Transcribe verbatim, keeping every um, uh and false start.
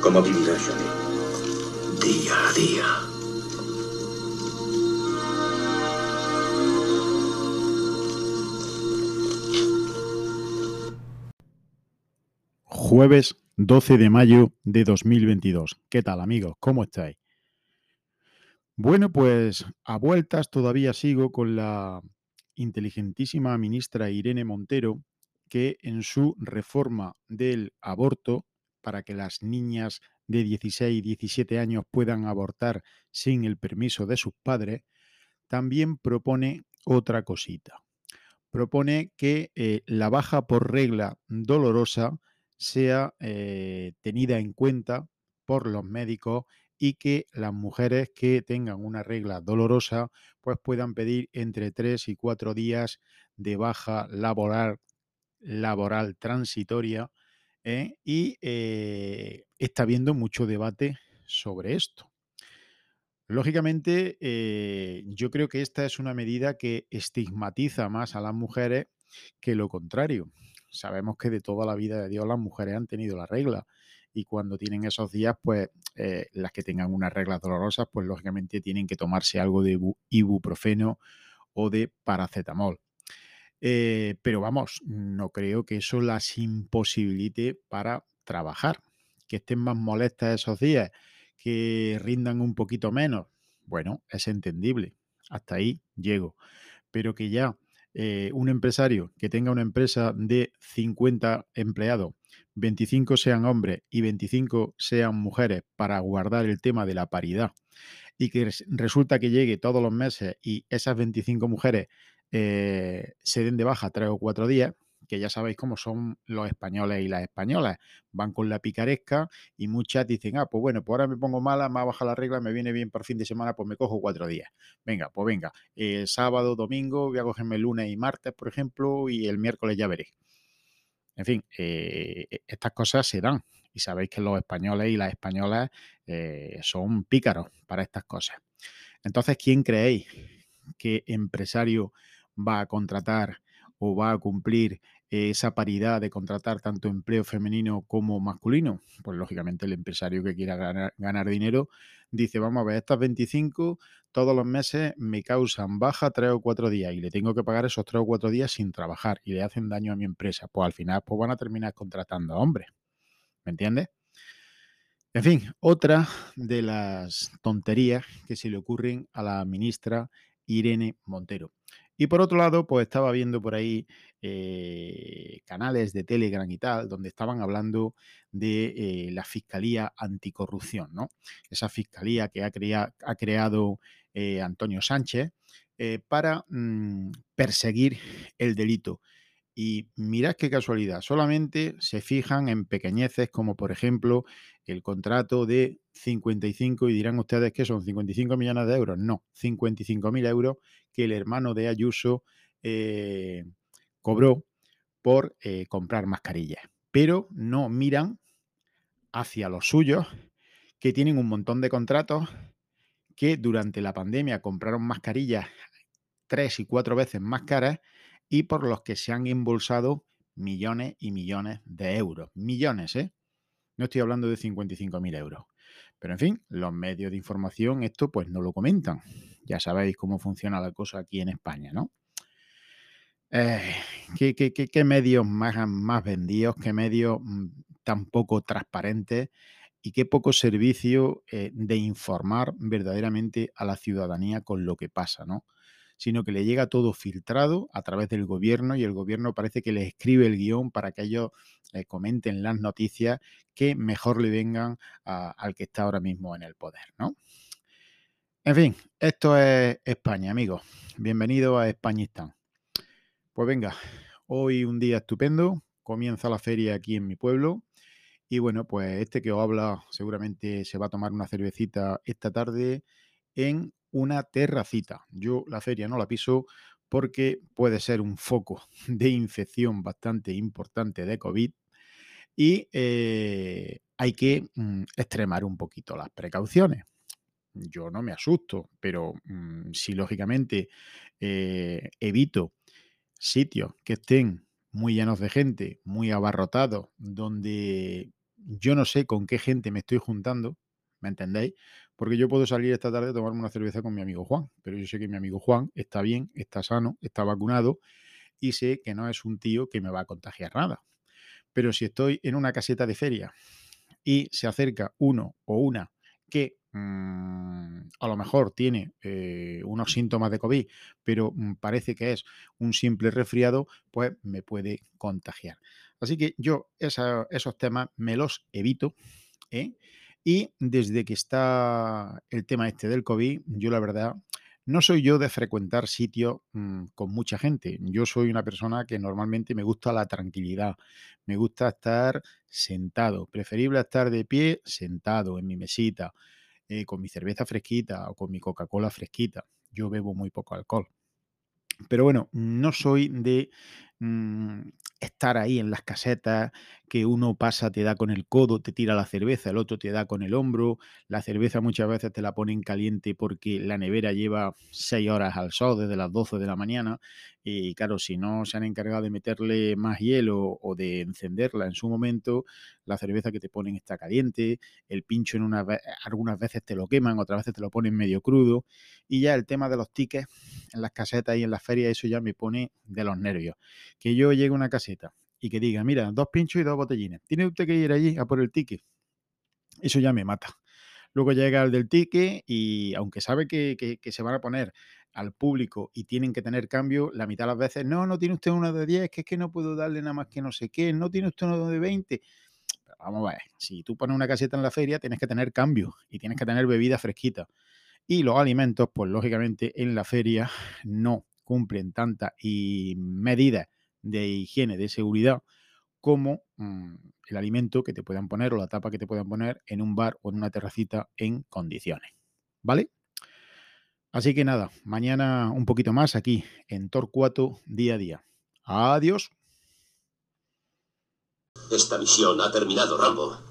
¿Cómo vivirá Johnny? Día a día. Jueves doce de mayo de dos mil veintidós. ¿Qué tal, amigos? ¿Cómo estáis? Bueno, pues a vueltas todavía sigo con la inteligentísima ministra Irene Montero, que en su reforma del aborto, para que las niñas de dieciséis y diecisiete años puedan abortar sin el permiso de sus padres, también propone otra cosita. Propone que eh, la baja por regla dolorosa sea eh, tenida en cuenta por los médicos y que las mujeres que tengan una regla dolorosa pues puedan pedir entre tres y cuatro días de baja laboral, laboral transitoria, ¿eh? y eh, está habiendo mucho debate sobre esto. Lógicamente, eh, yo creo que esta es una medida que estigmatiza más a las mujeres que lo contrario. Sabemos que de toda la vida de Dios las mujeres han tenido la regla y cuando tienen esos días, pues eh, las que tengan unas reglas dolorosas, pues lógicamente tienen que tomarse algo de ibu- ibuprofeno o de paracetamol. Eh, pero vamos, no creo que eso las imposibilite para trabajar. Que estén más molestas esos días, que rindan un poquito menos, bueno, es entendible. Hasta ahí llego. Pero que ya eh, un empresario que tenga una empresa de cincuenta empleados, veinticinco sean hombres y veinticinco sean mujeres para guardar el tema de la paridad y que res- resulta que llegue todos los meses y esas veinticinco mujeres eh, se den de baja tres o cuatro días, que ya sabéis cómo son los españoles y las españolas, van con la picaresca y muchas dicen, ah, pues bueno, pues ahora me pongo mala, me ha bajado la regla, me viene bien por fin de semana, pues me cojo cuatro días. Venga, pues venga, eh, sábado, domingo, voy a cogerme lunes y martes, por ejemplo, y el miércoles ya veré. En fin, eh, estas cosas se dan y sabéis que los españoles y las españolas eh, son pícaros para estas cosas. Entonces, ¿quién creéis que empresario va a contratar o va a cumplir esa paridad de contratar tanto empleo femenino como masculino? Pues lógicamente el empresario que quiera ganar, ganar dinero dice, vamos a ver, estas veinticinco todos los meses me causan baja tres o cuatro días y le tengo que pagar esos tres o cuatro días sin trabajar y le hacen daño a mi empresa. Pues al final pues van a terminar contratando a hombres, ¿me entiendes? En fin, otra de las tonterías que se le ocurren a la ministra Irene Montero. Y por otro lado, pues estaba viendo por ahí eh, canales de Telegram y tal, donde estaban hablando de eh, la Fiscalía Anticorrupción, ¿no? Esa fiscalía que ha, crea- ha creado eh, Antonio Sánchez eh, para mm, perseguir el delito. Y mirad qué casualidad, solamente se fijan en pequeñeces como por ejemplo el contrato de cincuenta y cinco y dirán ustedes que son cincuenta y cinco millones de euros. No, cincuenta y cinco mil euros que el hermano de Ayuso eh, cobró por eh, comprar mascarillas. Pero no miran hacia los suyos que tienen un montón de contratos que durante la pandemia compraron mascarillas tres y cuatro veces más caras y por los que se han embolsado millones y millones de euros. Millones, ¿eh? No estoy hablando de cincuenta y cinco mil euros. Pero en fin, los medios de información esto pues no lo comentan. Ya sabéis cómo funciona la cosa aquí en España, ¿no? Eh, ¿qué, qué, qué, qué medios más, más vendidos? ¿Qué medios mm, tan poco transparentes? Y qué poco servicio eh, de informar verdaderamente a la ciudadanía con lo que pasa, ¿no? Sino que le llega todo filtrado a través del gobierno y el gobierno parece que les escribe el guión para que ellos eh, comenten las noticias que mejor le vengan a- al que está ahora mismo en el poder, ¿no? En fin, esto es España, amigos. Bienvenido a Españistán. Pues venga, hoy un día estupendo, comienza la feria aquí en mi pueblo y bueno, pues este que os habla seguramente se va a tomar una cervecita esta tarde en una terracita. Yo la feria no la piso porque puede ser un foco de infección bastante importante de COVID y eh, hay que mm, extremar un poquito las precauciones. Yo no me asusto, pero mm, si lógicamente eh, evito sitios que estén muy llenos de gente, muy abarrotados, donde yo no sé con qué gente me estoy juntando, ¿me entendéis? Porque yo puedo salir esta tarde a tomarme una cerveza con mi amigo Juan, pero yo sé que mi amigo Juan está bien, está sano, está vacunado y sé que no es un tío que me va a contagiar nada. Pero si estoy en una caseta de feria y se acerca uno o una que mm, a lo mejor tiene eh, unos síntomas de COVID, pero mm, parece que es un simple resfriado, pues me puede contagiar. Así que yo esa- esos temas me los evito, ¿eh? Y desde que está el tema este del COVID, yo la verdad no soy yo de frecuentar sitios mm, con mucha gente. Yo soy una persona que normalmente me gusta la tranquilidad, me gusta estar sentado, preferible a estar de pie, sentado en mi mesita, eh, con mi cerveza fresquita o con mi Coca-Cola fresquita. Yo bebo muy poco alcohol. Pero bueno, no soy de mm, estar ahí en las casetas, que uno pasa, te da con el codo, te tira la cerveza, el otro te da con el hombro. La cerveza muchas veces te la ponen caliente porque la nevera lleva seis horas al sol desde las doce de la mañana. Y claro, si no se han encargado de meterle más hielo o de encenderla en su momento, la cerveza que te ponen está caliente, el pincho en una, ve- algunas veces te lo queman, otras veces te lo ponen medio crudo. Y ya el tema de los tickets en las casetas y en las ferias, eso ya me pone de los nervios. Que yo llegue a una caseta y que diga, mira, dos pinchos y dos botellines. Tiene usted que ir allí a por el ticket. Eso ya me mata. Luego llega el del ticket y aunque sabe que, que- que se van a poner al público y tienen que tener cambio, la mitad de las veces, no, no tiene usted uno de diez, que es que no puedo darle nada más que no sé qué, no tiene usted uno de veinte. Pero vamos a ver, si tú pones una caseta en la feria, tienes que tener cambio y tienes que tener bebida fresquita. Y los alimentos, pues lógicamente en la feria no cumplen tantas y medidas de higiene, de seguridad, como mm, el alimento que te puedan poner o la tapa que te puedan poner en un bar o en una terracita en condiciones. ¿Vale? Así que nada, mañana un poquito más aquí en Torcuato día a día. Adiós. Esta misión ha terminado, Rambo.